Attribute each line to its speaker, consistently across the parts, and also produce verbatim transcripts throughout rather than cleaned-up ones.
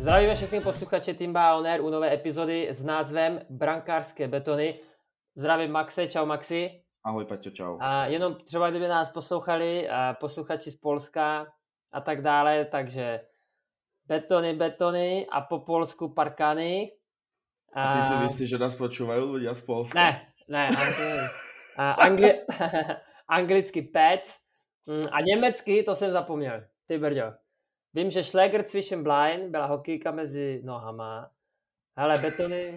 Speaker 1: Zdravíme všechny posluchače Timba On Air u nové epizody s názvem Brankářské betony. Zdravím Maxe, čau Maxi.
Speaker 2: Ahoj Paťo, čau.
Speaker 1: A jenom třeba kdyby nás poslouchali a posluchači z Polska a tak dále, takže betony, betony a po polsku parkany.
Speaker 2: A, a ty si myslíš, že nás počúvajú ľudia z Polska?
Speaker 1: Ne, ne, angli- a angli- anglicky pec a německy, to jsem zapomněl, ty brďo. Vím, že Schläger zwischen Beinen byla hokejka mezi nohama. Hele, betony.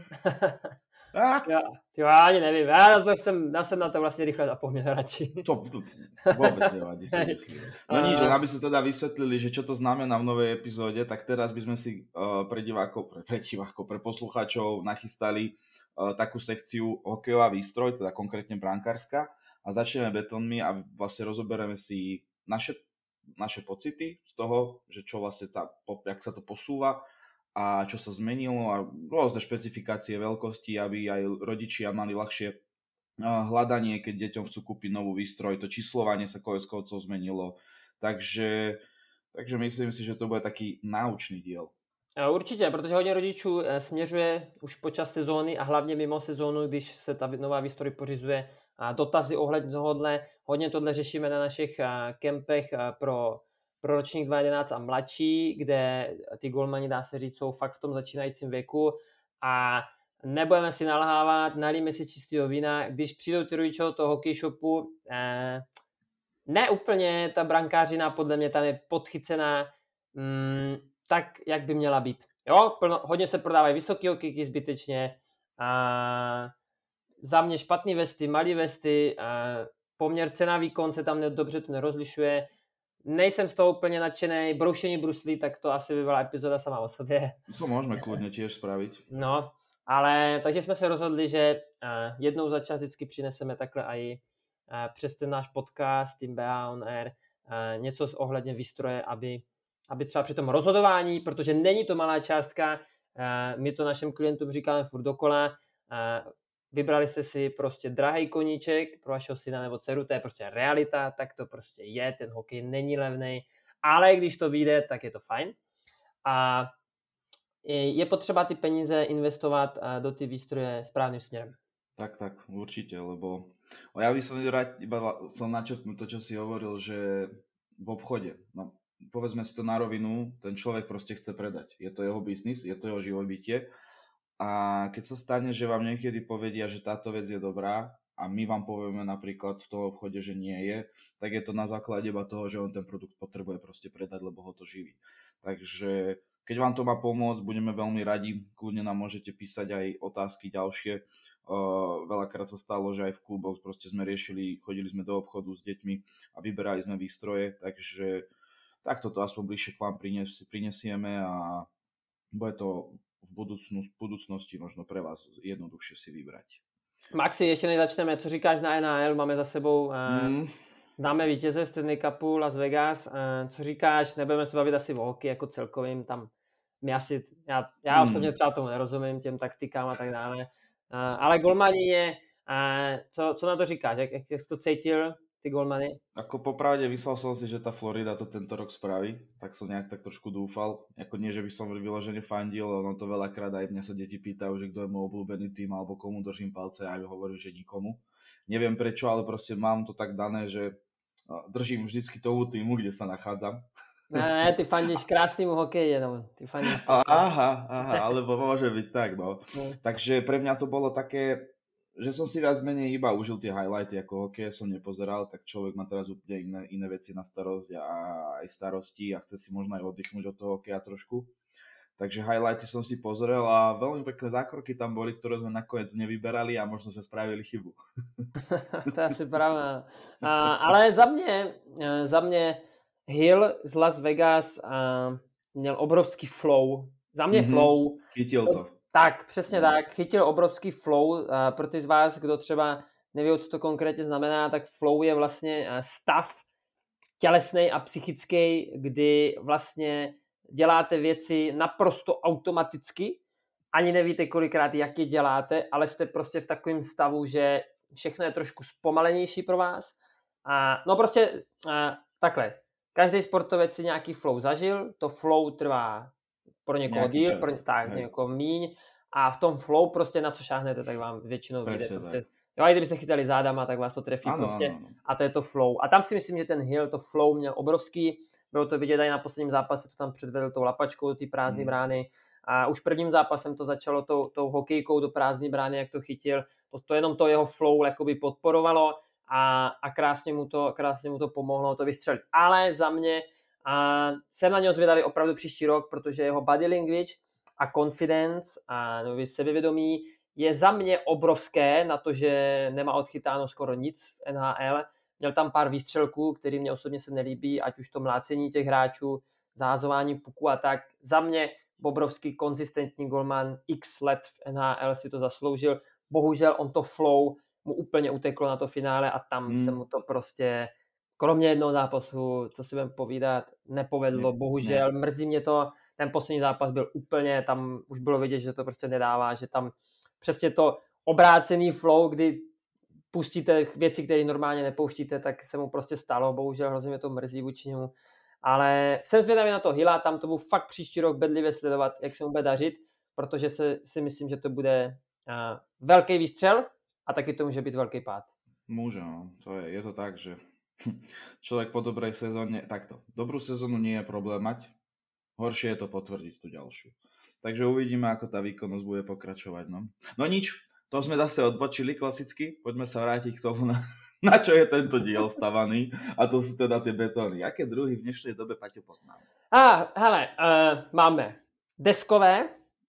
Speaker 1: já, já ani nevím. Já, to jsem, já jsem na to vlastně rychle zapomněl radši.
Speaker 2: To, to vôbec nevadí, si myslím. No nič, len aby sme teda vysvetlili, že čo to znamená v novej epizóde, tak teraz by sme si uh, pre divákov, pre, pre divákov, pre poslucháčov nachystali uh, takú sekciu hokejová výstroj, teda konkrétne brankárska. A začneme betónmi a vlastne rozoberieme si naše naše pocity z toho, že čo vlastne tá, jak sa to posúva a čo sa zmenilo a rôzne špecifikácie veľkosti, aby aj rodičia mali ľahšie hľadanie, keď deťom chcú kúpiť novú výstroj, to číslovanie sa koleskovcov zmenilo, takže, takže myslím si, že to bude taký náučný diel.
Speaker 1: Určitě, protože hodně rodičů směřuje už počas sezóny a hlavně mimo sezónu, když se ta nová výstroj pořizuje, a dotazy ohledně tohohle. Hodně tohle řešíme na našich kempech pro, pro ročník dva tisíce jedenáct a mladší, kde ty golmani, dá se říct, jsou fakt v tom začínajícím věku a nebudeme si nalhávat, nalíme si čistého vína. Když přijdou ty rodiče do toho hokej shopu, eh, ne úplně ta brankářina, podle mě tam je podchycená mm, tak, jak by měla být. Jo, plno, hodně se prodávají vysoké hokejky zbytečně a za mě špatný vesty, malý vesty, poměr cena výkon se tam dobře to nerozlišuje. Nejsem z toho úplně nadšený. Broušení bruslí, tak to asi by byla epizoda sama o sobě.
Speaker 2: To můžeme kludně tiež spraviť.
Speaker 1: No, ale takže jsme se rozhodli, že jednou za čas vždycky přineseme takhle i přes ten náš podcast Team B A On Air něco z ohledně výstroje, aby, aby třeba při tom rozhodování, protože není to malá částka, my to našim klientům říkáme furt dokola, vybrali jste si prostě drahý koníček pro vašeho syna nebo dceru, to je prostě realita, tak to prostě je, ten hokej není levnej, ale když to vyjde, tak je to fajn. A je potřeba ty peníze investovat do ty výstroje správným směrem.
Speaker 2: Tak, tak, určite, lebo ja by som rád iba chcel načrtnúť to, čo si hovoril, že v obchode, no povedzme si to na rovinu, ten človek proste chce predať. Je to jeho biznis, je to jeho živobytie. A keď sa stane, že vám niekedy povedia, že táto vec je dobrá a my vám povieme napríklad v tom obchode, že nie je, tak je to na základe iba toho, že on ten produkt potrebuje proste predať, lebo ho to živí. Takže keď vám to má pomôcť, budeme veľmi radi, kľudne nám môžete písať aj otázky ďalšie. Uh, veľakrát sa stalo, že aj v kluboch proste sme riešili, chodili sme do obchodu s deťmi a vyberali sme výstroje, takže takto to aspoň bližšie k vám prinies, prinesieme a bude to v budoucnosti, v budoucnosti možno pre vás jednoduchšie si vybrať.
Speaker 1: Maxi, ještě než začneme, co říkáš na N H L? Máme za sebou, mm. dáme vítěze Stanley Cupu Las Vegas. Co říkáš? Nebudeme se bavit asi o hokeji jako celkovým. Tam my asi, já, já mm. osobně třeba tomu nerozumím, těm taktikám a tak dále. Ale golmani je, co, co na to říkáš? Jak, jak jsi to cítil? Ty golmany?
Speaker 2: Ako popravde vyslal som si, že tá Florida to tento rok spraví, tak som nejak tak trošku dúfal. Ako nie, že by som vyložene fandil, ono to veľakrát aj mňa sa deti pýtajú, že kto je môj obľúbený tým alebo komu držím palce a ja hovorím, že nikomu. Neviem prečo, ale proste mám to tak dané, že držím vždycky tomu týmu, kde sa nachádzam.
Speaker 1: Ne, ne, ty fandíš krásnemu hokeji jenom. Ty fandíš
Speaker 2: aha, aha, alebo môže byť tak, no. no. Takže pre mňa to bolo také, že som si viac menej iba užil tie highlighty, ako hokej som nepozeral, tak človek má teraz úplne iné, iné veci na starosť a aj starosti a chce si možno aj oddychnúť od toho hokeja trošku. Takže highlighty som si pozrel a veľmi pekné zákroky tam boli, ktoré sme nakoniec nevyberali a možno sme spravili chybu.
Speaker 1: To je asi pravda. A, ale za mě, za mě Hill z Las Vegas a, měl obrovský flow. Za mě mm-hmm. flow.
Speaker 2: Chytil to.
Speaker 1: Tak, přesně tak. Chytil obrovský flow. Pro ty z vás, kdo třeba neví, co to konkrétně znamená, tak flow je vlastně stav tělesný a psychický, kdy vlastně děláte věci naprosto automaticky, ani nevíte kolikrát, jak je děláte, ale jste prostě v takovém stavu, že všechno je trošku zpomalenější pro vás. A, no prostě a, takhle. Každý sportovec si nějaký flow zažil, to flow trvá pro někoho
Speaker 2: Nějaký
Speaker 1: díl,
Speaker 2: čas.
Speaker 1: pro tak,
Speaker 2: Hej.
Speaker 1: někoho míň a v tom flow prostě na co šáhnete, tak vám většinou vyjde.
Speaker 2: Presne
Speaker 1: Prostě,
Speaker 2: tak.
Speaker 1: jo, a i kdyby se chytali zádama, tak vás to trefí
Speaker 2: Áno,
Speaker 1: prostě
Speaker 2: áno, áno.
Speaker 1: a to je to flow. A tam si myslím, že ten Hill to flow měl obrovský, bylo to vidět i na posledním zápase, to tam předvedl tou lapačkou do té prázdné
Speaker 2: Mm.
Speaker 1: brány a už prvním zápasem to začalo tou, tou hokejkou do prázdné brány, jak to chytil, to, to jenom to jeho flow jakoby podporovalo a, a krásně, mu to, krásně mu to pomohlo to vystřelit. Ale za mě a jsem na něho zvědavý opravdu příští rok, protože jeho body language a confidence a nebo sebevědomí je za mě obrovské na to, že nemá odchytáno skoro nic v N H L. Měl tam pár výstřelků, který mě osobně se nelíbí, ať už to mlácení těch hráčů, zahazování puku a tak. Za mě obrovský konzistentní golman, x let v N H L si to zasloužil. Bohužel on to flow mu úplně uteklo na to finále a tam
Speaker 2: Mm.
Speaker 1: se mu to prostě, kromě jednoho zápasu, co si budeme povídat, nepovedlo.
Speaker 2: Ne,
Speaker 1: Bohužel, mrzí mě to. Ten poslední zápas byl úplně, tam už bylo vidět, že to prostě nedává, že tam přesně to obrácený flow, kdy pustíte věci, které normálně nepouštíte, tak se mu prostě stalo. Bohužel hrozně mě to mrzí vůči němu. Ale jsem zvědavý na to Hilla, tam to budu fakt příští rok bedlivě sledovat, jak se mu bude dařit, protože se, si myslím, že to bude uh, velký výstřel a taky to může být velký pád.
Speaker 2: Môže, no. To je, je to tak, že človek po dobrej sezóne, takto, dobrú sezónu nie je problém mať, horšie je to potvrdiť tú ďalšiu. Takže uvidíme, ako tá výkonnosť bude pokračovať. No, no nič, to sme zase odbočili klasicky, poďme sa vrátiť k tomu, na, na čo je tento diel stavaný, a to sú teda tie betóny. Aké druhy v dnešnej dobe, Paťo, poznáme?
Speaker 1: A, hele, uh, máme deskové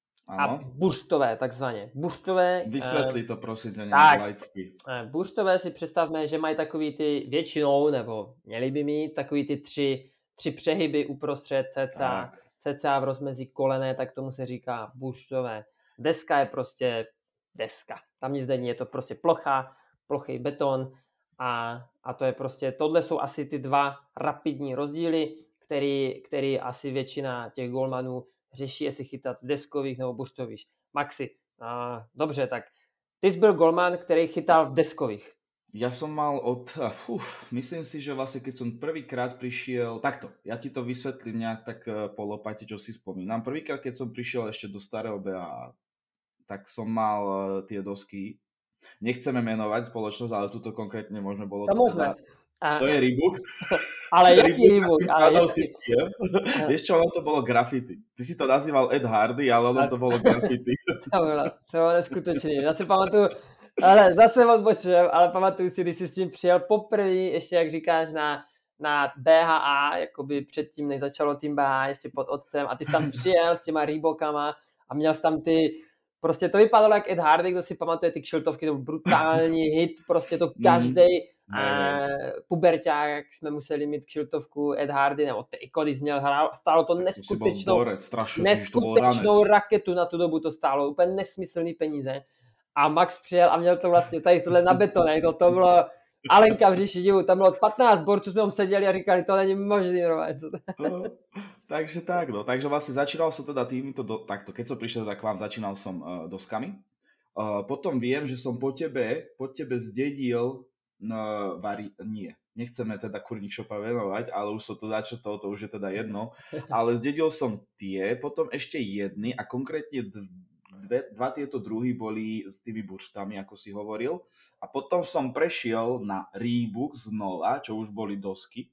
Speaker 1: a
Speaker 2: Áno.
Speaker 1: burstové, takzvaně. Burstové...
Speaker 2: Vysvetli to, prosím ťa,
Speaker 1: tak.
Speaker 2: nejak laicky.
Speaker 1: Uh, burstové si představme, že mají takový ty většinou, nebo měli by mít takový ty tři, tři přehyby uprostřed cca, cca v rozmezí kolené, tak tomu se říká burstové. Deska je prostě deska. Tam nic není, je to prostě plocha, plochý beton a, a to je prostě, tohle jsou asi ty dva rapidní rozdíly, který, který asi většina těch golmanů řeší, jestli chytat deskových nebo burštových. Maxi, uh, dobře, tak ty jsi byl golman, který chytal v deskových.
Speaker 2: Ja som mal od, uf, myslím si, že vlastne keď som prvýkrát prišiel, takto, ja ti to vysvetlím nejak tak po lopate, čo si spomínam. Prvýkrát, keď som prišiel ešte do starého bé á á, tak som mal tie dosky, nechceme menovať spoločnosť, ale tuto konkrétne možno bolo to teda,
Speaker 1: a...
Speaker 2: to je Reebok.
Speaker 1: Ale jaký Reebok? Ale jaký...
Speaker 2: Vieš čo, ono to bolo graffiti. Ty si to nazýval Ed Hardy, ale ono to bolo graffiti.
Speaker 1: To bylo, to bylo neskutečný. Já si pamatuju, ale zase odbočujem, ale pamatuju si, když jsi s tím přijel poprvé, ještě jak říkáš, na, na bé há á, jakoby předtím, než začalo tým bé há á, ještě pod otcem, a ty jsi tam přijel s těma Reebokama a měl jsi tam ty, prostě to vypadalo jak Ed Hardy, kdo si pamatuje ty kšiltovky, to byl brutální hit, prostě to každej mm. a puberťák, jak jsme museli mít kšiltovku Ed Hardy, nebo ty Cody měl hrál, stálo to neskutečnou,
Speaker 2: borec,
Speaker 1: neskutečnou raketu na tu dobu to stálo, úplně nesmyslný peníze. A Max přijel a měl to vlastně tady tohle na betonech, to, to bylo Alenka v říši divu, tam bylo patnáct borců, jsme tam seděli a říkali, to není možný.
Speaker 2: No, takže tak, no. Takže vlastne začínal som teda týmto, do, takto, keď som prišiel tak k vám, začínal som uh, doskami. Uh, potom viem, že som po tebe, po tebe zdedil no, vari, nie, nechceme teda kurník šopa venovať, ale už som to začal, to už je teda jedno, ale zdedil som tie, potom ešte jedny a konkrétne Dve, dva tieto druhy boli s tými burštami, ako si hovoril. A potom som prešiel na Reebok znova, čo už boli dosky.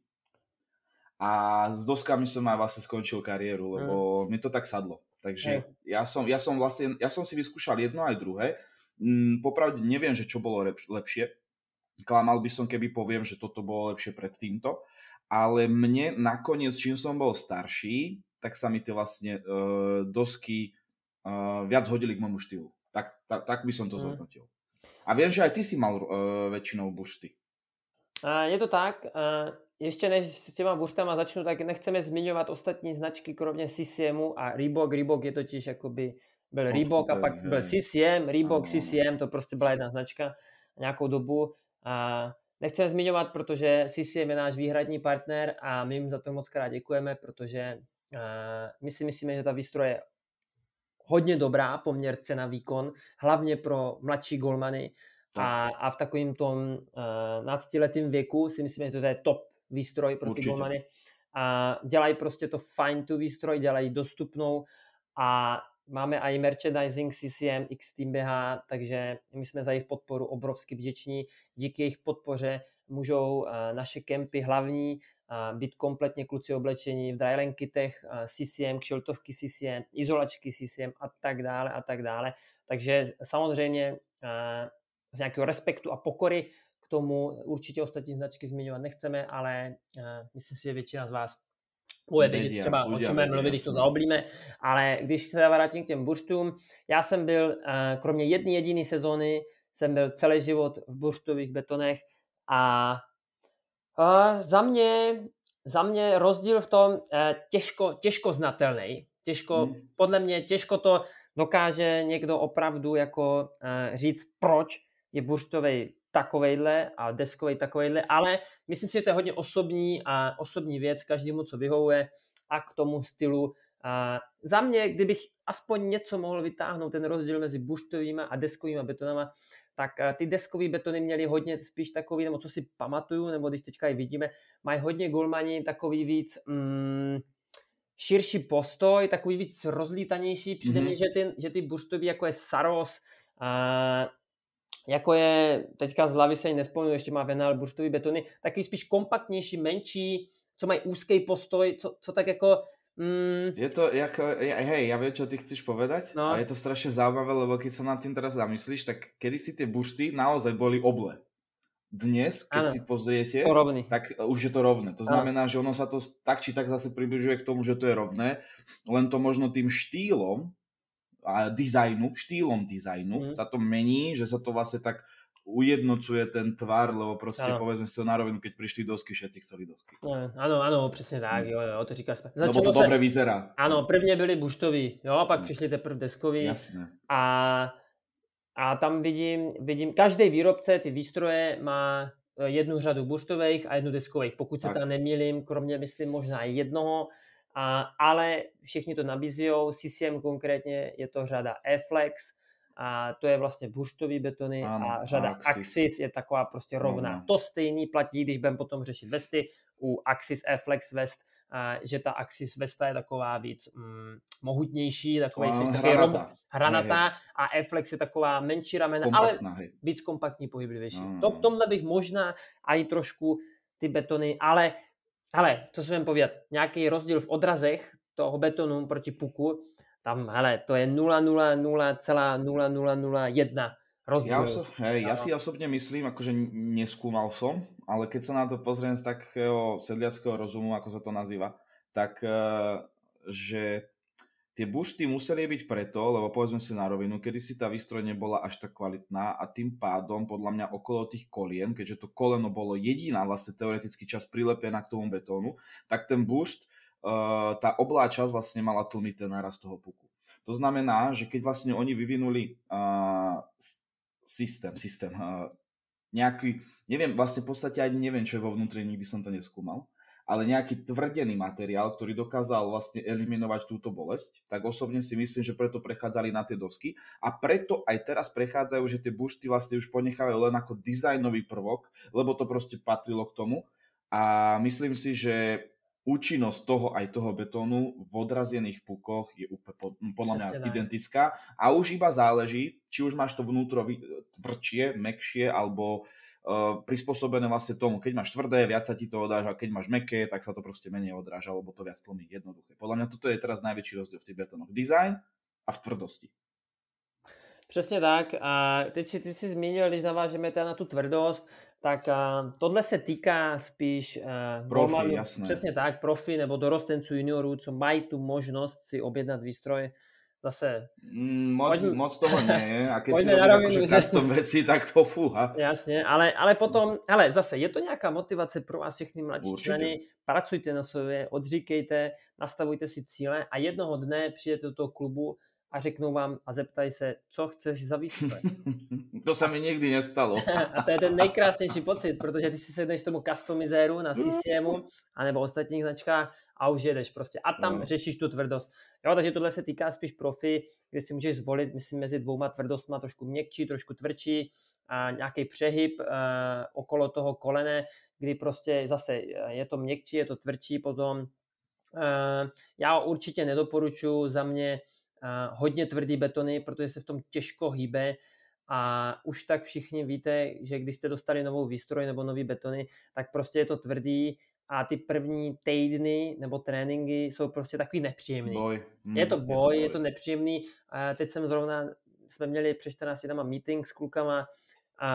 Speaker 2: A s doskami som aj vlastne skončil kariéru, lebo mm. mi to tak sadlo. Takže mm. ja, som, ja, som vlastne, ja som si vyskúšal jedno aj druhé. Mm, popravde neviem, že čo bolo lep, lepšie. Klamal by som, keby poviem, že toto bolo lepšie pred týmto. Ale mne nakoniec, čím som bol starší, tak sa mi tie vlastne uh, dosky Uh, viac hodili k môjmu štýlu. Tak, tak, tak by som to zhodnotil. A viem, že aj ty si mal uh, väčšinou buršty.
Speaker 1: Uh, je to tak. Uh, ještě než s těma burštama začnu, tak nechceme zmiňovat ostatní značky, kromě C C M u a Reebok. Reebok je totiž jakoby byl Reebok a pak byl C C M, Reebok, C C M, to prostě byla jedna značka nějakou dobu. Uh, nechceme zmiňovat, protože C C M je náš výhradní partner a my jim za to moc krát děkujeme, protože uh, my si myslíme, že ta výstroj je hodně dobrá, poměr cena výkon, hlavně pro mladší golmany a, a v takovým tom uh, náctiletým věku si myslím, že to je top výstroj pro ty golmany. A dělají prostě to fajn tu výstroj, dělají dostupnou a máme i merchandising C C M X Team B H, takže my jsme za jejich podporu obrovsky vděční. Díky jejich podpoře můžou naše kempy hlavní být kompletně kluci oblečení v dryland kitech C C M, kšiltovky C C M, izolačky C C M a tak dále a tak dále. Takže samozřejmě z nějakého respektu a pokory k tomu určitě ostatní značky zmiňovat nechceme, ale myslím si, že většina z vás bude vědět třeba, o čem mluvit, když to zaoblíme, ale když se vrátím k těm burštům, já jsem byl, kromě jedné jediné sezóny, jsem byl celý život v burštových betonech a, a za mě, za mě rozdíl v tom těžko, těžko znatelný, těžko, hmm. podle mě těžko to dokáže někdo opravdu jako říct, proč je burštovej takovejhle a deskovej takovejhle, ale myslím si, že to je hodně osobní a osobní věc, každému, co vyhovuje a k tomu stylu. A za mě, kdybych aspoň něco mohl vytáhnout, ten rozdíl mezi buštovýma a deskovýma betonama, tak ty deskový betony měly hodně spíš takový, nebo co si pamatuju, nebo když teďka i vidíme, mají hodně golmani takový víc mm, širší postoj, takový víc rozlítanější. Přijde mm-hmm. mi, že ty, že ty buštový, jako je Saros, a jako je, teďka z hlavy se ani nespomínám, ještě má Venal burštový betony, takový spíš kompaktnější, menší, co mají úzký postoj, co, co tak jako... Mm...
Speaker 2: Je to, jako, hej, ja viem, čo ty chceš povedať, no. A je to strašne zaujímavé, lebo keď sa nad tým teraz zamyslíš, tak kedysi tie bušty naozaj boli oble. Dnes, keď ano, si pozriete, tak už je to rovné. To znamená, ano. Že ono sa to tak či tak zase približuje k tomu, že to je rovné, len to možno tým štýlom a dizajnu, štýlom dizajnu mm. sa to mení, že sa to vlastne tak ujednocuje ten tvar, lebo proste ano. Povedzme si to na rovinu, keď prišli dosky, všetci chceli dosky.
Speaker 1: Ano, ano, přesně tak, jo, jo, to říkáš.
Speaker 2: Lebo to se... dobre vyzerá.
Speaker 1: Ano, prvně byli buštoví, jo, a pak no. Přišli teprve deskoví.
Speaker 2: Jasné.
Speaker 1: A, a tam vidím, vidím, každý výrobce ty výstroje má jednu řadu buštových a jednu deskových, pokud se tam nemýlím, kromě, myslím, možná jednoho, a, ale všichni to nabízijou, C C M konkrétně je to řada E-Flex, a to je vlastně burštový betony ano, a řada Axis. Axis je taková prostě rovná. No. To stejný platí, když budeme potom řešit vesty u Axis E-Flex vest, a, že ta Axis vesta je taková víc mm, mohutnější, takový no, takový hranatá, hranatá a E-Flex je taková menší ramena, kompaktná, ale hej. Víc kompaktní, pohyblivější. No, to, v tomhle bych možná ani trošku ty betony, ale, ale co si budeme povědět, nějaký rozdíl v odrazech toho betonu proti puku, tam, hele, to je nula nula nula celá nula nula nula jedna rozdiel.
Speaker 2: Ja, oso- hej, ja si osobne myslím, akože neskúmal som, ale keď sa na to pozriem z takého sedliackého rozumu, ako sa to nazýva, tak že tie bušty museli byť preto, lebo povedzme si na rovinu, kedy si tá výstroj nebola až tak kvalitná a tým pádom podľa mňa okolo tých kolien, keďže to koleno bolo jediná vlastne teoretický čas prilepená k tomu betónu, tak ten bušt Uh, tá oblá časť vlastne mala tlmiť ten nárast toho puku. To znamená, že keď vlastne oni vyvinuli uh, systém, systém uh, nejaký, neviem, vlastne v podstate ani neviem, čo je vo vnútri, nikdy som to neskúmal, ale nejaký tvrdený materiál, ktorý dokázal vlastne eliminovať túto bolesť, tak osobne si myslím, že preto prechádzali na tie dosky a preto aj teraz prechádzajú, že tie bušty vlastne už ponechávajú len ako dizajnový prvok, lebo to proste patrilo k tomu a myslím si, že účinnosť toho aj toho betónu v odrazených pukoch je úplne podľa mňa identická a už iba záleží, či už máš to vnútro tvrdšie, mäkšie alebo uh, prispôsobené vlastne tomu. Keď máš tvrdé, viac sa ti to odráža, keď máš mäkké, tak sa to proste menej odráža, lebo to viac tlmí, jednoduché. Podľa mňa toto je teraz najväčší rozdiel v tých betónoch. Design a v tvrdosti.
Speaker 1: Přesně tak. A teď si, ty si zmínil, když navážeme teda na tu tvrdost, tak uh, tohle se týká spíš uh,
Speaker 2: profi,
Speaker 1: golmanů,
Speaker 2: jasné.
Speaker 1: Přesně tak, profi nebo dorostenců juniorů, co mají tu možnost si objednat výstroj. Zase...
Speaker 2: Mm, moc, pojďme, moc toho nie. A keď si robíš akože custom veci, tak to fúha.
Speaker 1: Jasně, ale, ale potom, ale zase je to nějaká motivace pro vás všechny mladší členy. Pracujte na sobě, odříkejte, nastavujte si cíle a jednoho dne přijdete do toho klubu a řeknou vám a zeptají se, co chceš za výstroj.
Speaker 2: To se mi nikdy nestalo.
Speaker 1: A to je ten nejkrásnější pocit, protože ty si sedneš tomu customizéru na C C M anebo ostatních značkách a už jedeš prostě. A tam no. řešíš tu tvrdost. Jo, takže tohle se týká spíš profi, kde si můžeš zvolit, myslím, mezi dvouma tvrdostma, trošku měkčí, trošku tvrdší, a nějaký přehyb uh, okolo toho kolene, kdy prostě zase je to měkčí, je to tvrdší potom. Uh, já určitě nedoporučuji za mě hodně tvrdý betony, protože se v tom těžko hýbe a už tak všichni víte, že když jste dostali novou výstroj nebo nový betony, tak prostě je to tvrdý a ty první týdny nebo tréninky jsou prostě takový nepříjemný.
Speaker 2: Boj. Mm,
Speaker 1: je to boj, je to, boj.
Speaker 2: Je
Speaker 1: je to nepříjemný. A teď jsem zrovna, jsme měli před čtrnácti dama meeting s klukama a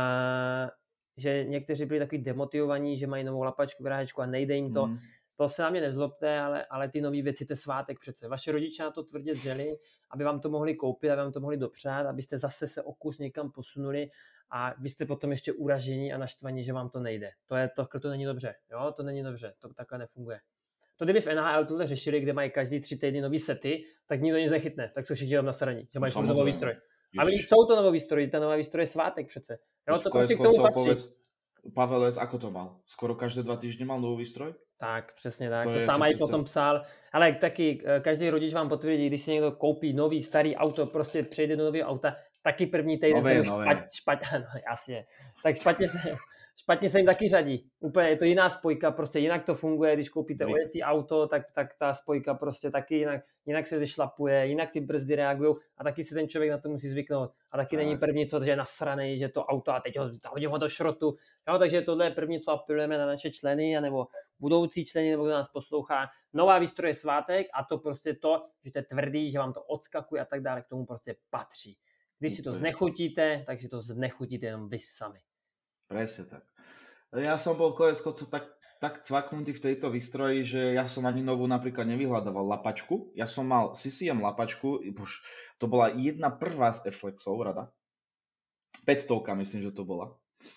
Speaker 1: že někteří byli takový demotivovaní, že mají novou lapačku, vráhečku a nejde jim to. Mm. To se na mě nezlobte, ale, ale ty nový věci, to je svátek přece. Vaše rodiče na to tvrdě dřeli, aby vám to mohli koupit, aby vám to mohli dopřát, abyste zase se o kus někam posunuli a vy jste potom ještě uražení a naštvaní, že vám to nejde. To je to, to není dobře. Jo, to není dobře. To takhle nefunguje. To kdyby v N H L tohle řešili, kde mají každý tři týdny nový sety, tak nikdo nic nechytne. Tak jsou všichni tam nasraní, že mají no, novou výstroj. A my jsou to novou výstroj, ta nová výstroj je svátek přece. Jo, to prostě k tomu patří. Povedz,
Speaker 2: Pavelec, ako to mal? Skoro každé dva týždně mal novou výstroj?
Speaker 1: Tak, přesně tak. To, to sám i potom psal. Ale taky každý rodič vám potvrdí, když si někdo koupí nový, starý auto, prostě přejde do nového auta, taky první týden se špatně, špatně, no jasně, tak špatně se, špatně se jim taky řadí. Úplně je to jiná spojka, prostě jinak to funguje, když koupíte ojetý auto, tak, tak ta spojka prostě taky jinak, jinak se zešlapuje, jinak ty brzdy reagují a taky si ten člověk na to musí zvyknout. A taky tak. Není první to, že je nasranej, že to auto a teď ho, hodím ho do šrotu. Jo, takže tohle je první, co apelujeme na naše členy, anebo budoucí členy, nebo kdo nás poslouchá. Nová výstroj je svátek a to prostě to, že to je tvrdý, že vám to odskakuje a tak dále, k tomu prostě patří. Když si to znechutíte, tak si to znechutíte jenom vy sami.
Speaker 2: Presne tak. Ja som bol konec koncov tak, tak cvaknutý v tejto výstroji, že ja som ani novú napríklad nevyhľadával lapačku. Ja som mal C C M lapačku, bož, to bola jedna prvá z F-Flexov, rada. päťstovka myslím, že to bola.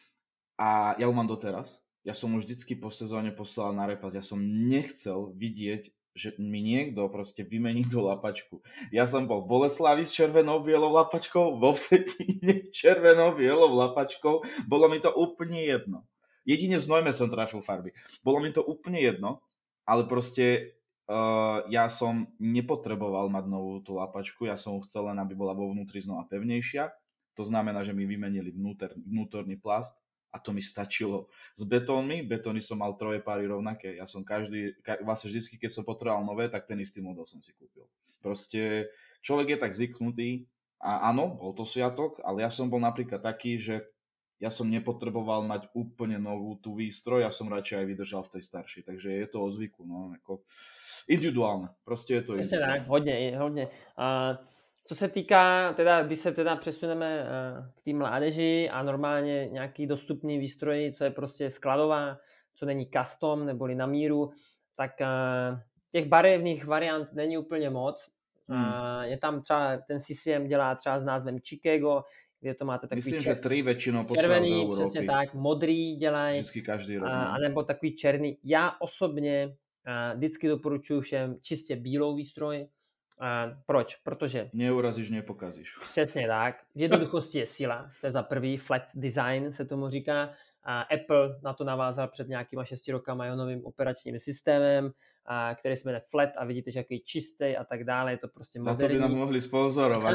Speaker 2: A ja ju mám doteraz. Ja som už vždycky po sezóne poslal na repas. Ja som nechcel vidieť, že mi niekto proste vymení tú lapačku. Ja som bol v Boleslavi s červenou bielou lapačkou, vo Vsetíne červenou bielou lapačkou. Bolo mi to úplne jedno. Jedine z Nojme som trafil farby. Bolo mi to úplne jedno, ale proste uh, ja som nepotreboval mať novú tú lapačku. Ja som chcel len, aby bola vo vnútri znova pevnejšia. To znamená, že mi vymenili vnútor, vnútorný plast. A to mi stačilo. S betónmi, betóny som mal troje páry rovnaké. Ja som každý, ka, vlastne vždycky, keď som potreboval nové, tak ten istý model som si kúpil. Proste človek je tak zvyknutý a áno, bol to sviatok, ale ja som bol napríklad taký, že ja som nepotreboval mať úplne novú tú výstroj, ja som radšej aj vydržal v tej staršej. Takže je to o zvyku, no, ako individuálne. Proste je to
Speaker 1: Přesně individuálne. Tak, hodně, hodně. Uh... Co se týká, teda, když se teda přesuneme k té mládeži a normálně nějaký dostupný výstroj, co je prostě skladová, co není custom neboli na míru, tak těch barevných variant není úplně moc. Hmm. Je tam třeba, ten C C M dělá třeba s názvem Chicago, kde to máte takový
Speaker 2: Myslím, čer... že tři většinou poslal
Speaker 1: červený,
Speaker 2: do Európy.
Speaker 1: Přesně tak, modrý dělají.
Speaker 2: Vždycky každý rok.
Speaker 1: A, nebo takový černý. Já osobně vždycky doporučuji všem čistě bílou výstroj. Uh, proč? Protože...
Speaker 2: Neurazíš, nepokazíš.
Speaker 1: Přesně tak. V jednoduchosti je síla. To je za prvý. Flat design se tomu říká. Uh, Apple na to navázal před nějakýma šesti rokama jeho novým operačním systémem, uh, který se jmenuje Flat a vidíte, že jaký čistý a tak dále. Je to prostě moderní.
Speaker 2: A to by nám mohli sponzorovat.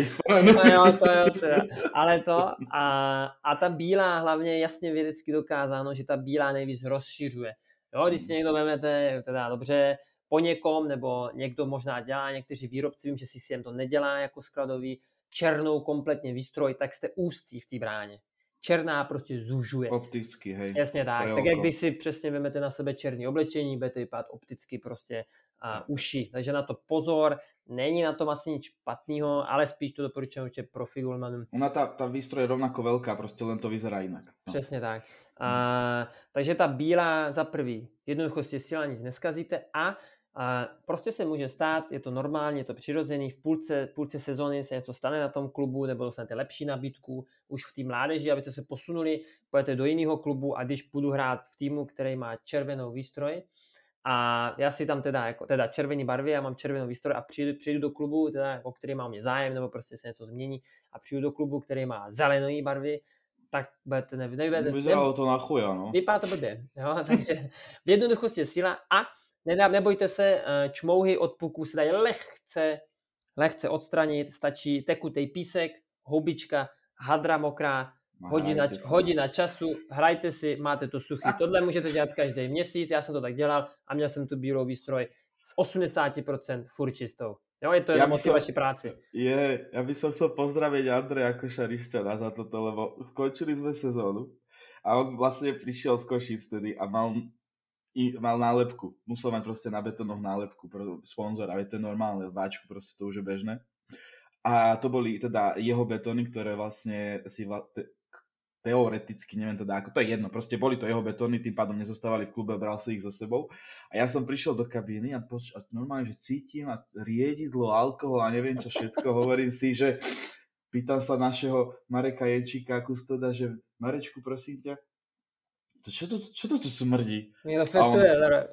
Speaker 1: no jo, to jo, to jo. Ale to. A, a ta bílá hlavně jasně vědecky dokázáno, že ta bílá nejvíc rozšiřuje. Jo, když si někdo vezmete, teda dobře, po někom, nebo někdo možná dělá, někteří výrobci, vím, že C C M to nedělá jako skladový, černou kompletně výstroj, tak jste úzcí v té bráně. Černá prostě zužuje.
Speaker 2: Opticky, hej.
Speaker 1: Jasně tak. Tak jak když si přesně vemete na sebe černý oblečení, budete vypadat opticky prostě a uši. Takže na to pozor, není na tom asi nič špatného, ale spíš to doporučujem určitě profi golmanům.
Speaker 2: Ona ta, ta výstroj je rovnako velká, prostě len to vyzerá jinak.
Speaker 1: No. Přesně tak. A, takže ta bílá za prvý, jednoduchosti síla nic neskazíte a A prostě se může stát, je to normálně, je to přirozený, v půlce, půlce sezóny se něco stane na tom klubu, nebo dostanete lepší nabídku už v té mládeži, abyste se posunuli, pojďte do jiného klubu a když půjdu hrát v týmu, který má červenou výstroj a já si tam teda, jako, teda červený barvy, já mám červenou výstroj a přijdu, přijdu do klubu, teda, o který má mě zájem, nebo prostě se něco změní a přijdu do klubu, který má zelené barvy, tak budete nevíte.
Speaker 2: Vyzeralo to na chuja, no.
Speaker 1: Vypadá to blbě, jo, takže v jednoduchosti je síla a nebojte se, čmouhy od puku se dají lehce, lehce odstranit, stačí tekutej písek, houbička, hadra mokrá, hodina, hodina času, hrajte si, máte to suchý. Tohle můžete dělat každý měsíc, já jsem to tak dělal a měl jsem tu bílou výstroj s osmdesát procent furt čistou. Jo, je to
Speaker 2: Ja
Speaker 1: jenom
Speaker 2: by
Speaker 1: o tej
Speaker 2: som,
Speaker 1: vašej práci.
Speaker 2: je, ja by som chcel pozdraviť Andreja Košarišťana za toto, lebo skončili sme sezónu a on vlastne prišiel z Košíc tedy a mal, i, mal nálepku. Musel mať proste na betónoch nálepku pro sponzora, je to normálne, v Váčku proste to už je bežné. A to boli teda jeho betóny, ktoré vlastne si vla, te, teoreticky, neviem teda ako, to je jedno, proste boli to jeho betóny, tým pádom nezostávali v klube, bral si ich so sebou. A ja som prišiel do kabíny a, poč- a normálne, že cítim a riedidlo, alkohol a neviem čo všetko, hovorím si, že pýtam sa našeho Mareka Jenčíka, kustoda, že Marečku, prosím ťa, to čo, to, čo to tu smrdí?
Speaker 1: Je to
Speaker 2: A on,
Speaker 1: fetuje,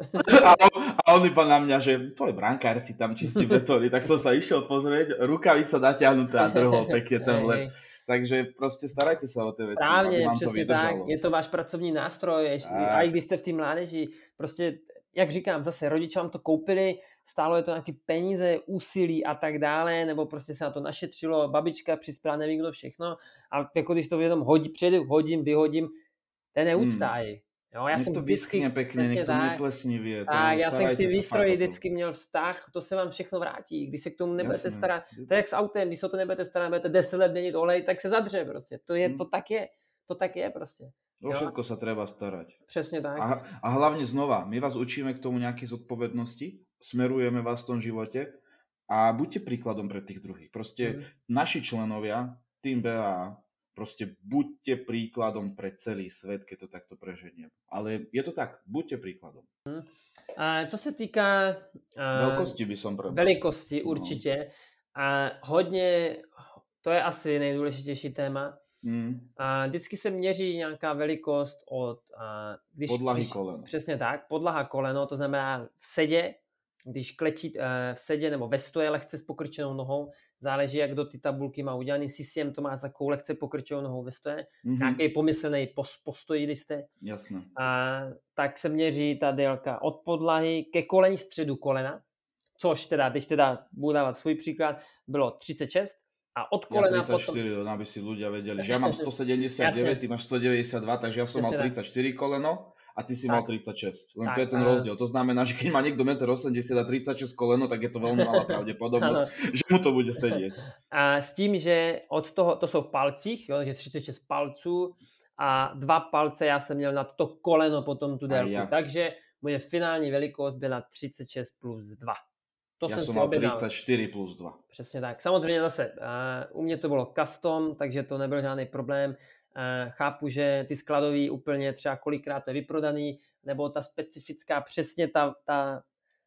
Speaker 2: a, on, a on iba na mňa, že tvoj brankár si tam čistí betóny, tak som sa išiel pozrieť, rukavica natiahnutá a drhol pekne ten lep. Takže prostě starajte se o ty věci,
Speaker 1: Právě,
Speaker 2: aby vám to
Speaker 1: přesně
Speaker 2: vydržalo.
Speaker 1: tak, je to váš pracovní nástroj, a i když jste v té mládeži, prostě, jak říkám, zase rodiče vám to koupili, stálo je to nějaký peníze, úsilí a tak dále, nebo prostě se na to našetřilo, babička přispěla, nevím kdo všechno, a jako když to jenom hodí, přijedu, hodím, vyhodím, to je neúcta. Hmm. Jo, já jsem
Speaker 2: to
Speaker 1: vždycky,
Speaker 2: pěkně, nech to neplesnivě.
Speaker 1: Tak, já jsem k ty výstroji vždycky měl vztah, to se vám všechno vrátí, když se k tomu nebudete Jasne. starat, to je jak s autem, když se to nebudete starat, budete deset let měnit olej, tak se zadře prostě, to je, hmm. to tak je, to tak je prostě.
Speaker 2: O všetko sa treba starať.
Speaker 1: Přesně tak.
Speaker 2: A, a hlavně znova, my vás učíme k tomu nějaké zodpovědnosti, smerujeme vás v tom životě a buďte príkladom pre tých druhých. Prostě hmm. naši členovia, tým bé á, prostě buďte príkladom pre celý svet, keď to takto preženiem. Ale je to tak, buďte príkladom.
Speaker 1: Hmm. A co se týká uh,
Speaker 2: velikosti, by som prebral.
Speaker 1: Velikosti určitě. No. A hodně, to je asi nejdůležitější téma. Hmm. A vždycky se měří nějaká velikost od... A když,
Speaker 2: podlahy
Speaker 1: když,
Speaker 2: koleno.
Speaker 1: Přesně tak, podlaha koleno, to znamená v sedě, když klečí uh, v sedě nebo ve stoje lehce s pokrčenou nohou, záleží, jak do ty tabulky má udělaný. C C M to má takovou lehce pokrčenou nohou ve stoje. Mm-hmm. Nějaký pomyslný postoj, když jste.
Speaker 2: Jasné.
Speaker 1: A tak se měří ta délka od podlahy ke koleni středu kolena, což teda, když teda budu dávat svůj příklad, bylo třicet šest a od kolena
Speaker 2: ja tridsaťštyri,
Speaker 1: potom...
Speaker 2: aby si ľudia vedeli, že ja mám sto sedemdesiatdeväť, ty máš sto deväťdesiatdva, takže ja som mal tridsaťštyri koleno a ty si tak. mal tridsaťšesť. Len tak, to je ten rozdiel. To znamená, že keď má niekto jeden osemdesiat metra a tridsaťšesť koleno, tak je to veľmi malá pravdepodobnosť, že mu to bude sedieť.
Speaker 1: A s tím, že od toho, to jsou v palcích, jo, že třicet šest palců a dva palce já jsem měl na to koleno potom tu délku. Takže moje finální velikost byla třicet šest plus dva. To
Speaker 2: ja
Speaker 1: jsem
Speaker 2: som
Speaker 1: si
Speaker 2: mal
Speaker 1: objednal.
Speaker 2: tridsaťštyri plus dva.
Speaker 1: Přesně tak. Samozřejmě zase, uh, u mě to bylo custom, takže to nebyl žádný problém. Uh, chápu, že ty skladový úplně třeba kolikrát to je vyprodaný, nebo ta specifická přesně ta, ta,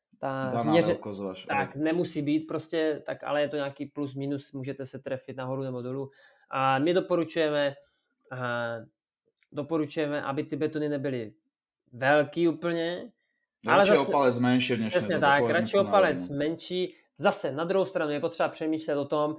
Speaker 1: ta změře, tak nemusí být prostě, tak ale je to nějaký plus minus, můžete se trefit nahoru nebo dolů. A my doporučujeme, uh, doporučujeme, aby ty betony nebyly velký úplně,
Speaker 2: ale radši o palec menší, než
Speaker 1: přesně tak, radši o palec menší. Zase na druhou stranu je potřeba přemýšlet o tom,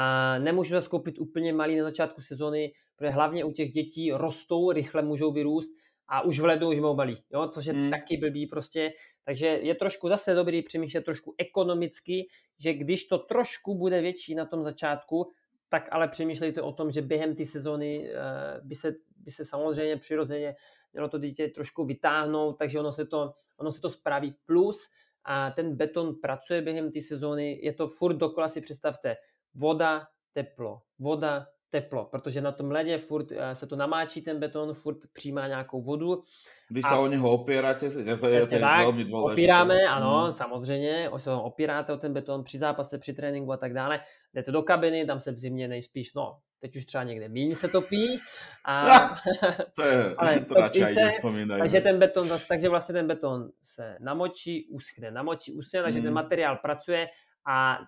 Speaker 1: a nemůžu zase koupit úplně malý na začátku sezony, protože hlavně u těch dětí rostou, rychle můžou vyrůst a už v lednu už budou malý, jo? Což je hmm. taky blbý prostě. Takže je trošku zase dobrý přemýšlet trošku ekonomicky, že když to trošku bude větší na tom začátku, tak ale přemýšlejte o tom, že během té sezony uh, by, se, by se samozřejmě přirozeně mělo to dítě trošku vytáhnout, takže ono se to, ono se to spraví. Plus a ten beton pracuje během té sezóny, je to furt dokola, si představte, voda, teplo, voda, teplo, protože na tom ledě furt se to namáčí ten beton, furt přijímá nějakou vodu.
Speaker 2: Vy se o něho opíráte?
Speaker 1: Přesně tak, opíráme, ano, hmm. samozřejmě, o se opíráte o ten beton při zápase, při tréninku a tak dále. Jdete do kabiny, tam se v zimě nejspíš, no, teď už třeba někde míň se topí. A...
Speaker 2: to je,
Speaker 1: ale
Speaker 2: to radši aj nespomínajme.
Speaker 1: Takže ten beton, takže vlastně ten beton se namočí, uschne, namočí, uschne, takže hmm. ten materiál pracuje a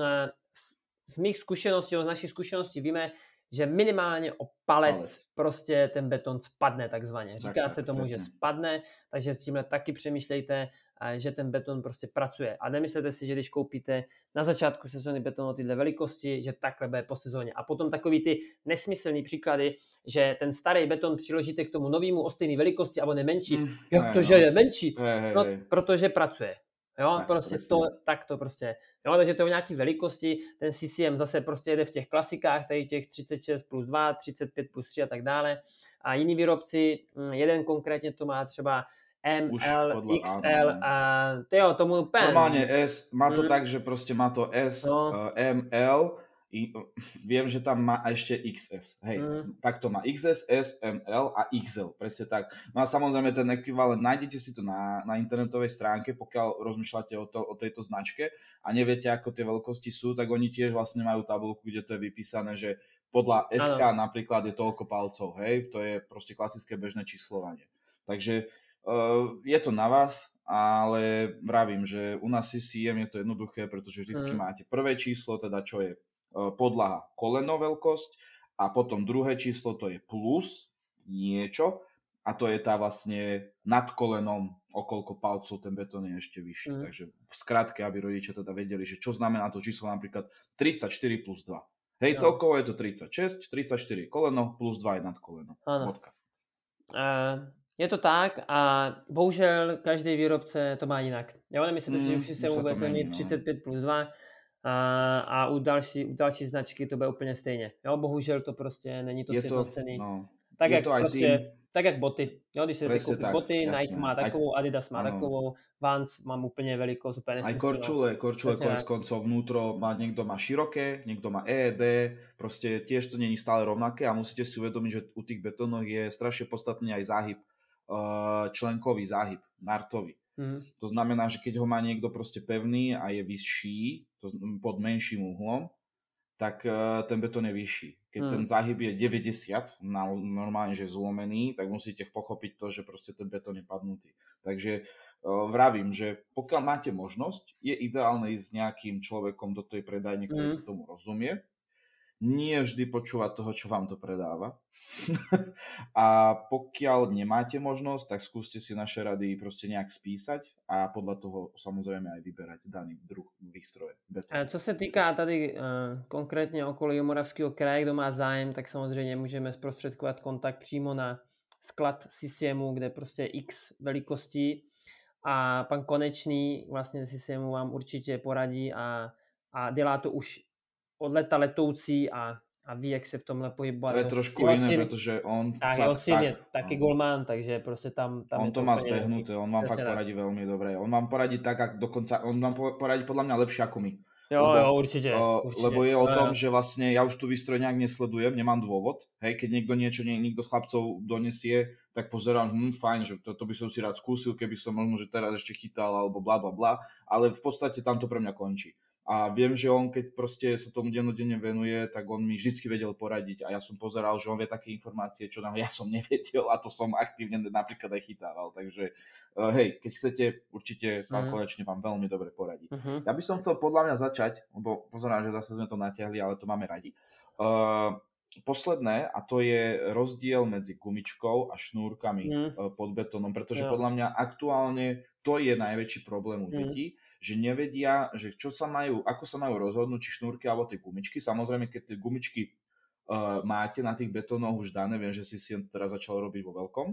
Speaker 1: z mých zkušeností, z našich zkušeností víme, že minimálně o palec, palec prostě ten beton spadne takzvaně. Říká tak, se tomu, jasně. Že spadne, takže s tímhle taky přemýšlejte, že ten beton prostě pracuje. A nemyslete si, že když koupíte na začátku sezóny beton o tyhle velikosti, že takhle bude po sezóně. A potom takový ty nesmyslný příklady, že ten starý beton přiložíte k tomu novému o stejné velikosti a on je menší. Mm, Jak ne, to, no. že je menší?
Speaker 2: Hej,
Speaker 1: no,
Speaker 2: hej.
Speaker 1: Protože pracuje. Jo,
Speaker 2: tak,
Speaker 1: prostě to, tak to prostě. Jo, takže to je nějaký velikosti, ten C C M zase prostě jede v těch klasikách, tady těch třicet šest plus dva, třicet pět plus tři a tak dále. A jiní výrobci, jeden konkrétně to má třeba M,
Speaker 2: Už
Speaker 1: L,
Speaker 2: podľa,
Speaker 1: X
Speaker 2: áno,
Speaker 1: L
Speaker 2: áno.
Speaker 1: a tyjo, tomu úplně.
Speaker 2: Normálne S, má to
Speaker 1: Mm.
Speaker 2: tak, že proste má to S,
Speaker 1: No.
Speaker 2: uh, M, L, i, uh, viem, že tam má ešte X S, hej,
Speaker 1: Mm.
Speaker 2: tak to má X S, S, M, L a X L, presne tak. No a samozrejme ten ekvivalent, nájdete si to na, na internetovej stránke, pokiaľ rozmýšľate o, to, o tejto značke a neviete, ako tie veľkosti sú, tak oni tiež vlastne majú tabuľku, kde to je vypísané, že podľa es ká ano. Napríklad je toľko palcov, hej, to je proste klasické bežné číslovanie. Takže uh, je to na vás, ale vravím, že u nás C C M je to jednoduché, pretože vždycky mm. máte prvé číslo, teda čo je uh, podlaha koleno veľkosť a potom druhé číslo to je plus niečo a to je tá vlastne nad kolenom, okolko palcov ten betón je ešte vyšší. Mm. Takže v skratke, aby rodičia teda vedeli, že čo znamená to číslo napríklad tridsaťštyri plus dva. Hej, jo. Celkovo je to tridsaťšesť, tridsaťštyri koleno plus dva je nad koleno. Bodka.
Speaker 1: Uh, je to tak a bohužel každý výrobce to má jinak. Jo, nemyslíte mm, si, že už si se budete mít třicet pět plus dva a, a u, další, u další značky to bude úplně stejně. Jo, bohužel to prostě není to sjednocený. No, tak, jak prostě, tak jak boty. Jo, když si jdete koupit tak, boty, jasné. Nike má takovou, aj, Adidas má ano. Takovou, Vans mám úplně velikost, úplně nesmyslnou.
Speaker 2: Aj korčule, korčule konec koncov vnútro, má, niekto má široké, niekto má E E D, proste tiež to není stále rovnaké a musíte si uvedomiť, že u tých betónov je strašne podstatný aj záhyb, členkový záhyb, nartový. Mm. To znamená, že keď ho má niekto proste pevný a je vyšší, to pod menším uhlom, tak uh, ten betón je vyšší. Keď mm. ten záhyb je deväťdesiat, normálne, že je zlomený, tak musíte pochopiť to, že proste ten betón je padnutý. Takže uh, vravím, že pokiaľ máte možnosť, je ideálne ísť s nejakým človekom do tej predajne, ktorý mm. sa tomu rozumie. Nie vždy počúvať toho, čo vám to predáva. A pokiaľ nemáte možnosť, tak skúste si naše rady proste nejak spísať a podľa toho samozrejme aj vyberať daný druh výstroje.
Speaker 1: A co se týká tady uh, konkrétně okolí Moravského kraje, kdo má zájem, tak samozřejmě můžeme zprostředkovat kontakt přímo na sklad C C M U, kde prostě X velikostí a pan Konečný vlastně C C M U vám určitě poradí a, a dělá to už od leta letoucí a, a ví, jak se v tomhle pohybovat.
Speaker 2: To je trošku jiné, syn, protože on...
Speaker 1: Tak, jeho syn je taky no. golman, takže prostě tam, tam
Speaker 2: on
Speaker 1: je
Speaker 2: to, to má zbehnuté, on vám fakt poradí veľmi dobre. On vám poradí tak, jak dokonca, on vám poradí podľa mňa lepšie ako my.
Speaker 1: Jo, lebo, jo, určite, uh, určite.
Speaker 2: Lebo je o tom, že vlastne ja už tu výstroj nejak nesledujem, nemám dôvod. Hej, keď niekto niečo, nie, niekto z chlapcov donesie, tak pozerám, hm, fajn, že to, to by som si rád skúsil, keby som možno, že teraz ešte chytal, alebo bla, bla, bla. Ale v podstate tam to pre mňa končí. A viem, že on, keď proste sa tomu dennodenne venuje, tak on mi vždycky vedel poradiť a ja som pozeral, že on vie také informácie, čo ja som nevedel a to som aktívne napríklad aj chytával. Takže uh, hej, keď chcete, určite pán mm. Konečný vám veľmi dobre poradí. Uh-huh. Ja by som chcel podľa mňa začať, lebo pozerám, že zase sme to natiahli, ale to máme radi. Uh, posledné, a to je rozdiel medzi gumičkou a šnúrkami mm. uh, pod betónom, pretože yeah. podľa mňa aktuálne to je najväčší problém u mm. detí, že nevedia, že čo sa majú, ako sa majú rozhodnúť, či šnúrky alebo tie gumičky. Samozrejme, keď tie gumičky uh, máte na tých betónoch už dané, viem, že si si teraz začal robiť vo veľkom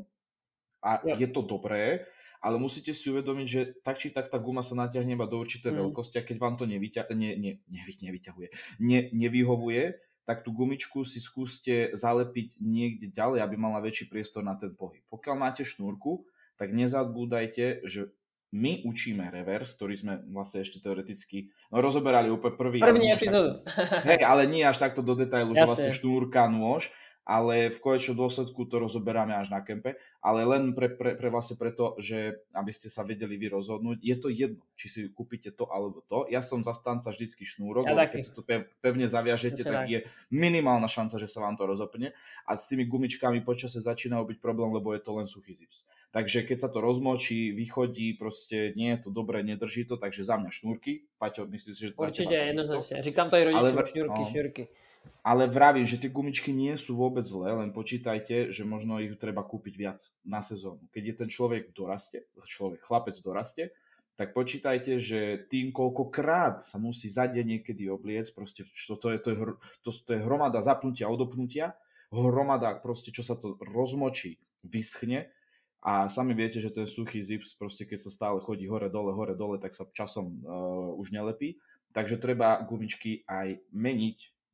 Speaker 2: a ja. Je to dobré, ale musíte si uvedomiť, že tak či tak tá guma sa natiahne iba do určitej mm. veľkosti a keď vám to nevyťa- ne, ne, ne, nevyťahuje, ne, nevyhovuje, tak tú gumičku si skúste zalepiť niekde ďalej, aby mala väčší priestor na ten pohyb. Pokiaľ máte šnúrku, tak nezabúdajte, že my učíme reverse, ktorý sme vlastne ešte teoreticky no, rozoberali úplne prvý.
Speaker 1: První epizódu.
Speaker 2: Hej, ale nie až takto do detailu, že vlastne šnúrka, nôž, ale v konečnom dôsledku to rozoberáme až na kempe, ale len pre, pre, pre vlastne preto, že aby ste sa vedeli vy rozhodnúť, je to jedno, či si kúpite to alebo to. Ja som zastanca vždycky šnúrok, ja lebo keď si to pevne zaviažete, ja tak je minimálna šanca, že sa vám to rozopne a s tými gumičkami počase začínajú byť problém, lebo je to len suchý zips. Takže keď sa to rozmočí, vychodí, proste nie je to dobré, nedrží to, takže za mňa šnúrky. Paťo, myslíš, že to
Speaker 1: určite jednoznačne. Říkám to aj rodičom, šnúrky,
Speaker 2: no.
Speaker 1: šňúrky.
Speaker 2: Ale vravím, že tie gumičky nie sú vôbec zlé, len počítajte, že možno ich treba kúpiť viac na sezónu. Keď je ten človek v doraste, človek, chlapec v doraste, tak počítajte, že tým, koľkokrát sa musí za deň niekedy obliec, proste to, to, je, to, je, to, to je hromada zapnutia, odopnutia, hromada proste, čo sa to rozmočí, vyschne a sami viete, že ten suchý zips, proste keď sa stále chodí hore, dole, hore, dole, tak sa časom uh, už nelepí. Takže treba gumičky aj meniť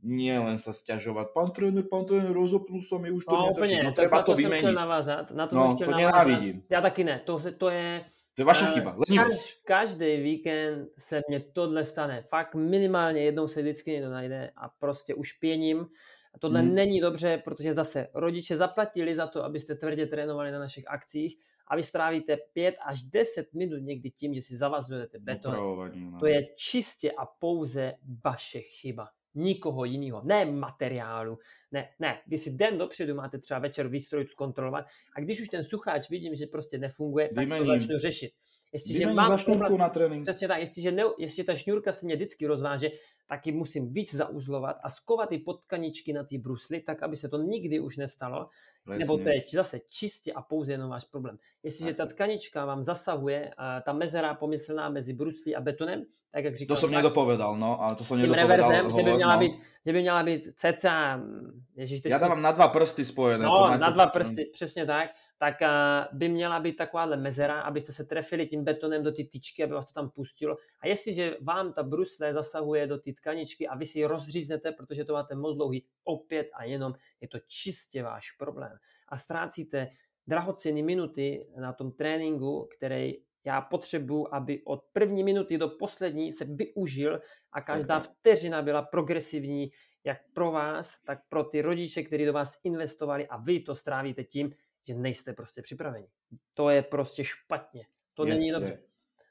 Speaker 2: nie len sa sťažovať. Pán tréner, pán tréner, rozopnul som mi, už to
Speaker 1: No
Speaker 2: netrší.
Speaker 1: úplně,
Speaker 2: No
Speaker 1: to,
Speaker 2: treba
Speaker 1: na to,
Speaker 2: to
Speaker 1: jsem chtěl
Speaker 2: vymeniť.
Speaker 1: navázat, na to
Speaker 2: No,
Speaker 1: jsem chtěl
Speaker 2: to
Speaker 1: navázat.
Speaker 2: nenávidím.
Speaker 1: Já taky ne, to, to je...
Speaker 2: To je vaša
Speaker 1: uh,
Speaker 2: chyba, lenivosť.
Speaker 1: Každý víkend se mně tohle stane. Fakt minimálně jednou se vždycky někdo najde a prostě už pěním. A tohle
Speaker 2: Mhm.
Speaker 1: není dobře, protože zase rodiče zaplatili za to, abyste tvrdě trénovali na našich akcích a vy strávíte pět až deset minut někdy tím, že si zavazujete beton.
Speaker 2: Upravovaním, no.
Speaker 1: To je čistě a pouze vaše chyba. Nikoho jiného, ne materiálu, ne, ne, vy si den dopředu máte třeba večer výstroj zkontrolovat a když už ten sucháč vidím, že prostě nefunguje, tak to
Speaker 2: Vymením.
Speaker 1: začnu řešit. Jestliže
Speaker 2: Vymením
Speaker 1: mám
Speaker 2: za šňůrku
Speaker 1: problém,
Speaker 2: na trénink.
Speaker 1: přesně tak, jestliže, ne, jestliže ta šňůrka se mě vždycky rozváže, tak ji musím víc zauzlovat a skovat ty potkaničky na té brusli, tak aby se to nikdy už nestalo,
Speaker 2: Presne.
Speaker 1: nebo to je zase čistě a pouze jenom váš problém. Jestliže ta tkanička vám zasahuje, a ta mezera pomyslná mezi bruslí a betonem, tak jak říkal,
Speaker 2: To som nedopovedal, no, ale to som
Speaker 1: tím
Speaker 2: nedopovedal.
Speaker 1: reverzem, že by
Speaker 2: hovor,
Speaker 1: měla
Speaker 2: no.
Speaker 1: být, že by měla být cca, ježiš, teď
Speaker 2: Ja
Speaker 1: jsem-
Speaker 2: dávam na dva prsty spojené.
Speaker 1: no,
Speaker 2: to máte-
Speaker 1: na dva prsty, přesně tak, tak uh, by měla být takováhle mezera, abyste se trefili tím betonem do ty tyčky, aby vás to tam pustilo. A jestliže vám ta brusle zasahuje do ty tkaničky a vy si ji rozříznete, protože to máte moc dlouhý, opět a jenom je to čistě váš problém. A ztrácíte drahocenné minuty na tom tréninku, který já potřebuji, aby od první minuty do poslední se využil a každá
Speaker 2: Tak, tak.
Speaker 1: vteřina byla progresivní, jak pro vás, tak pro ty rodiče, kteří do vás investovali a vy to strávíte tím, že nejste prostě připraveni. To je prostě špatně. To
Speaker 2: Je,
Speaker 1: není
Speaker 2: je.
Speaker 1: dobře.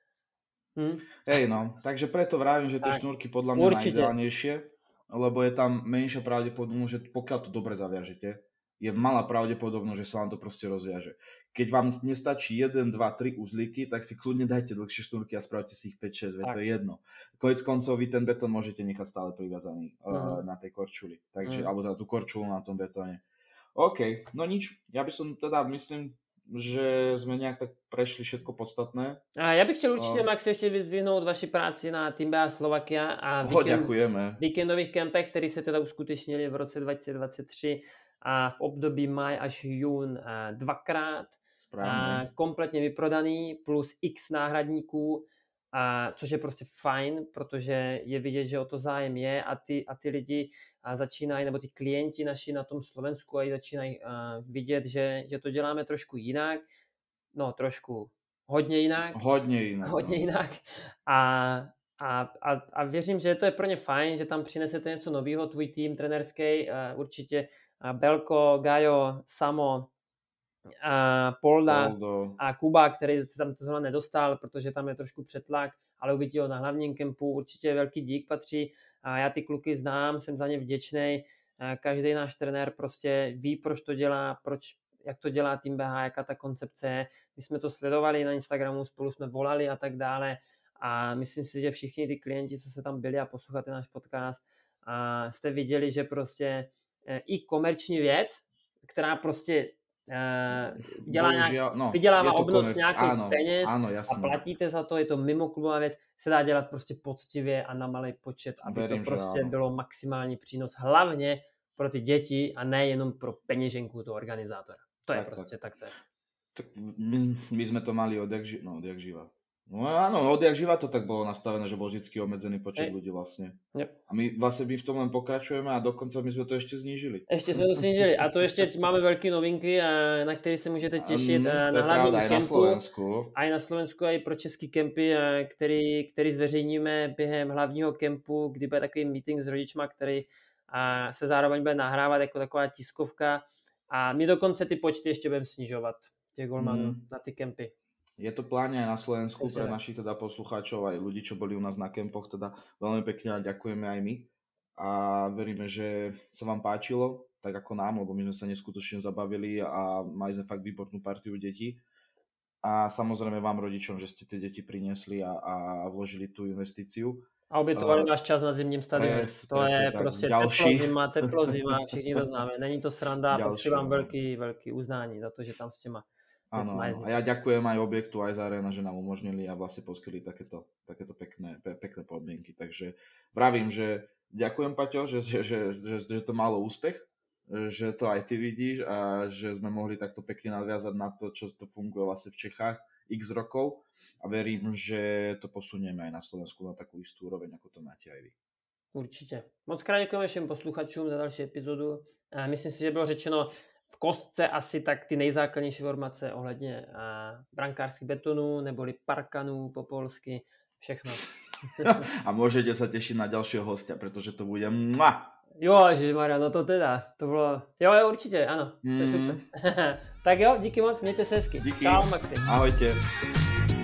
Speaker 1: Hm?
Speaker 2: Hej, no, takže preto vravím, že tie
Speaker 1: Tak.
Speaker 2: šnúrky podľa mňa
Speaker 1: Určite.
Speaker 2: najideálnejšie, lebo je tam menšia pravdepodobnosť, že pokiaľ to dobre zaviažete, je malá pravdepodobnosť, že sa vám to proste rozviaže. Keď vám nestačí jeden, dva, tri uzlíky, tak si kľudne dajte dlhšie šnúrky a spravte si ich päť šesť, veď
Speaker 1: Tak.
Speaker 2: to je jedno. Konec koncov vy ten betón môžete nechať stále priviazaný uh,
Speaker 1: Mhm.
Speaker 2: na tej korčuli, takže,
Speaker 1: Mhm.
Speaker 2: alebo teda tú korčulu na tom betóne. OK, no nič, ja by som teda myslím, že sme nejak tak prešli všetko podstatné.
Speaker 1: A já bych chtěl určitě,
Speaker 2: A-
Speaker 1: Max, ještě vyzvihnout vaši práci na Team B A Slovakia a
Speaker 2: Ho,
Speaker 1: víkend,
Speaker 2: ďakujeme.
Speaker 1: víkendových kempech, které se teda uskutečnili v roce dva tisíce dvacet tři a v období maj až jún a dvakrát. A
Speaker 2: Správne.
Speaker 1: kompletně vyprodaný plus x náhradníků, a což je prostě fajn, protože je vidět, že o to zájem je a ty, a ty lidi a začínají, nebo ty klienti naši na tom Slovensku a začínají a, vidět, že, že to děláme trošku jinak, no trošku, hodně jinak,
Speaker 2: Hodně jinak.
Speaker 1: hodně
Speaker 2: no.
Speaker 1: jinak a, a, a, a věřím, že to je pro ně fajn, že tam přinesete něco nového, tvůj tým trenerský, určitě a Belko, Gajo, Samo, a Polda,
Speaker 2: Poldo.
Speaker 1: a Kuba, který se tam to zrovna nedostal, protože tam je trošku přetlak, ale uvidí ho na hlavním kempu, určitě velký dík patří a já ty kluky znám, jsem za ně vděčný. Každý náš trenér prostě ví, proč to dělá, proč, jak to dělá Team bé há, jaká ta koncepce je. My jsme to sledovali na Instagramu, spolu jsme volali a tak dále a myslím si, že všichni ty klienti, co se tam byli a posloucháte náš podcast, a jste viděli, že prostě i komerční věc, která prostě Uh, dělá nějak,
Speaker 2: no,
Speaker 1: vydělává
Speaker 2: je to
Speaker 1: obnos
Speaker 2: konec.
Speaker 1: nějakých
Speaker 2: Áno,
Speaker 1: peněz
Speaker 2: áno,
Speaker 1: a
Speaker 2: jasné.
Speaker 1: platíte za to, je to mimo klubová věc, se dá dělat prostě poctivě a na malý počet, aby
Speaker 2: Verím,
Speaker 1: to
Speaker 2: že
Speaker 1: prostě
Speaker 2: áno.
Speaker 1: bylo maximální přínos, hlavně pro ty děti a nejenom pro peněženku toho organizátora. To je
Speaker 2: Tak,
Speaker 1: prostě tak. tak to je.
Speaker 2: Tak my, my sme to mali odjak, ži- no, odjak živa. No áno, odjak živa to tak bolo nastavené, že bol vždycky obmedzený počet
Speaker 1: Hej.
Speaker 2: ľudí vlastne.
Speaker 1: Yep.
Speaker 2: A my vlastne my v tom len pokračujeme a dokonca my sme to ešte znížili.
Speaker 1: Ještě jsme to snížili a to ještě máme velké novinky, a na které se můžete těšit
Speaker 2: Mm,
Speaker 1: a
Speaker 2: to
Speaker 1: na
Speaker 2: je pravda,
Speaker 1: hlavním
Speaker 2: aj na
Speaker 1: kempu.
Speaker 2: Slovensku.
Speaker 1: A i na Slovensku, a i pro český kempy, a který, který zveřejníme během hlavního kempu, kdy bude takový meeting s rodičma, který a se zároveň bude nahrávat jako taková tiskovka. A my dokonce ty počty ještě budeme snižovat, těch golmanů
Speaker 2: Mm.
Speaker 1: na ty kempy.
Speaker 2: Je to pláne aj na Slovensku
Speaker 1: Presne
Speaker 2: pre
Speaker 1: tak.
Speaker 2: našich teda poslucháčov, aj ľudí, čo boli u nás na kempoch, teda veľmi pekne ďakujeme aj my. A veríme, že sa vám páčilo, tak ako nám, lebo my sme sa neskutočne zabavili a mali sme fakt výbornú partiu detí. A samozrejme vám rodičom, že ste tie deti priniesli a, a vložili tú investíciu.
Speaker 1: A obětovali
Speaker 2: Uh,
Speaker 1: váš čas na zimním stadionu.
Speaker 2: pres-
Speaker 1: To
Speaker 2: presne
Speaker 1: je
Speaker 2: tak.
Speaker 1: prostě
Speaker 2: Ďalší.
Speaker 1: teplo zima, teplo zima, všichni to známe. Není to sranda,
Speaker 2: Ďalší,
Speaker 1: patří vám
Speaker 2: no.
Speaker 1: velký, velký uznání za to, že tam s těma
Speaker 2: Áno, áno. A ja ďakujem aj objektu, aj za Arena, že nám umožnili a vlastne poskytli takéto, takéto pekné, pe, pekné podmienky. Takže vravím, že ďakujem, Paťo, že, že, že, že, že to malo úspech, že to aj ty vidíš a že sme mohli takto pekne nadviazať na to, čo to funguje vlastne v Čechách x rokov a verím, že to posunieme aj na Slovensku na takú istú úroveň, ako to máte aj vy.
Speaker 1: Určitě. Moc krát děkujeme všem posluchačům za další epizodu. A myslím si, že bylo řečeno v kostce asi tak ty nejzákladnější informace ohledně brankářských betonů, neboli parkanů po polsky, všechno.
Speaker 2: A můžete se těšit na dalšího hostia, protože to bude mua.
Speaker 1: Jo, ježišmarja, no to teda, to bylo, jo, jo, určitě, ano, to je super. Tak jo, díky moc, mějte se hezky.
Speaker 2: Díky.
Speaker 1: Čau, Maxi.
Speaker 2: Ahojte.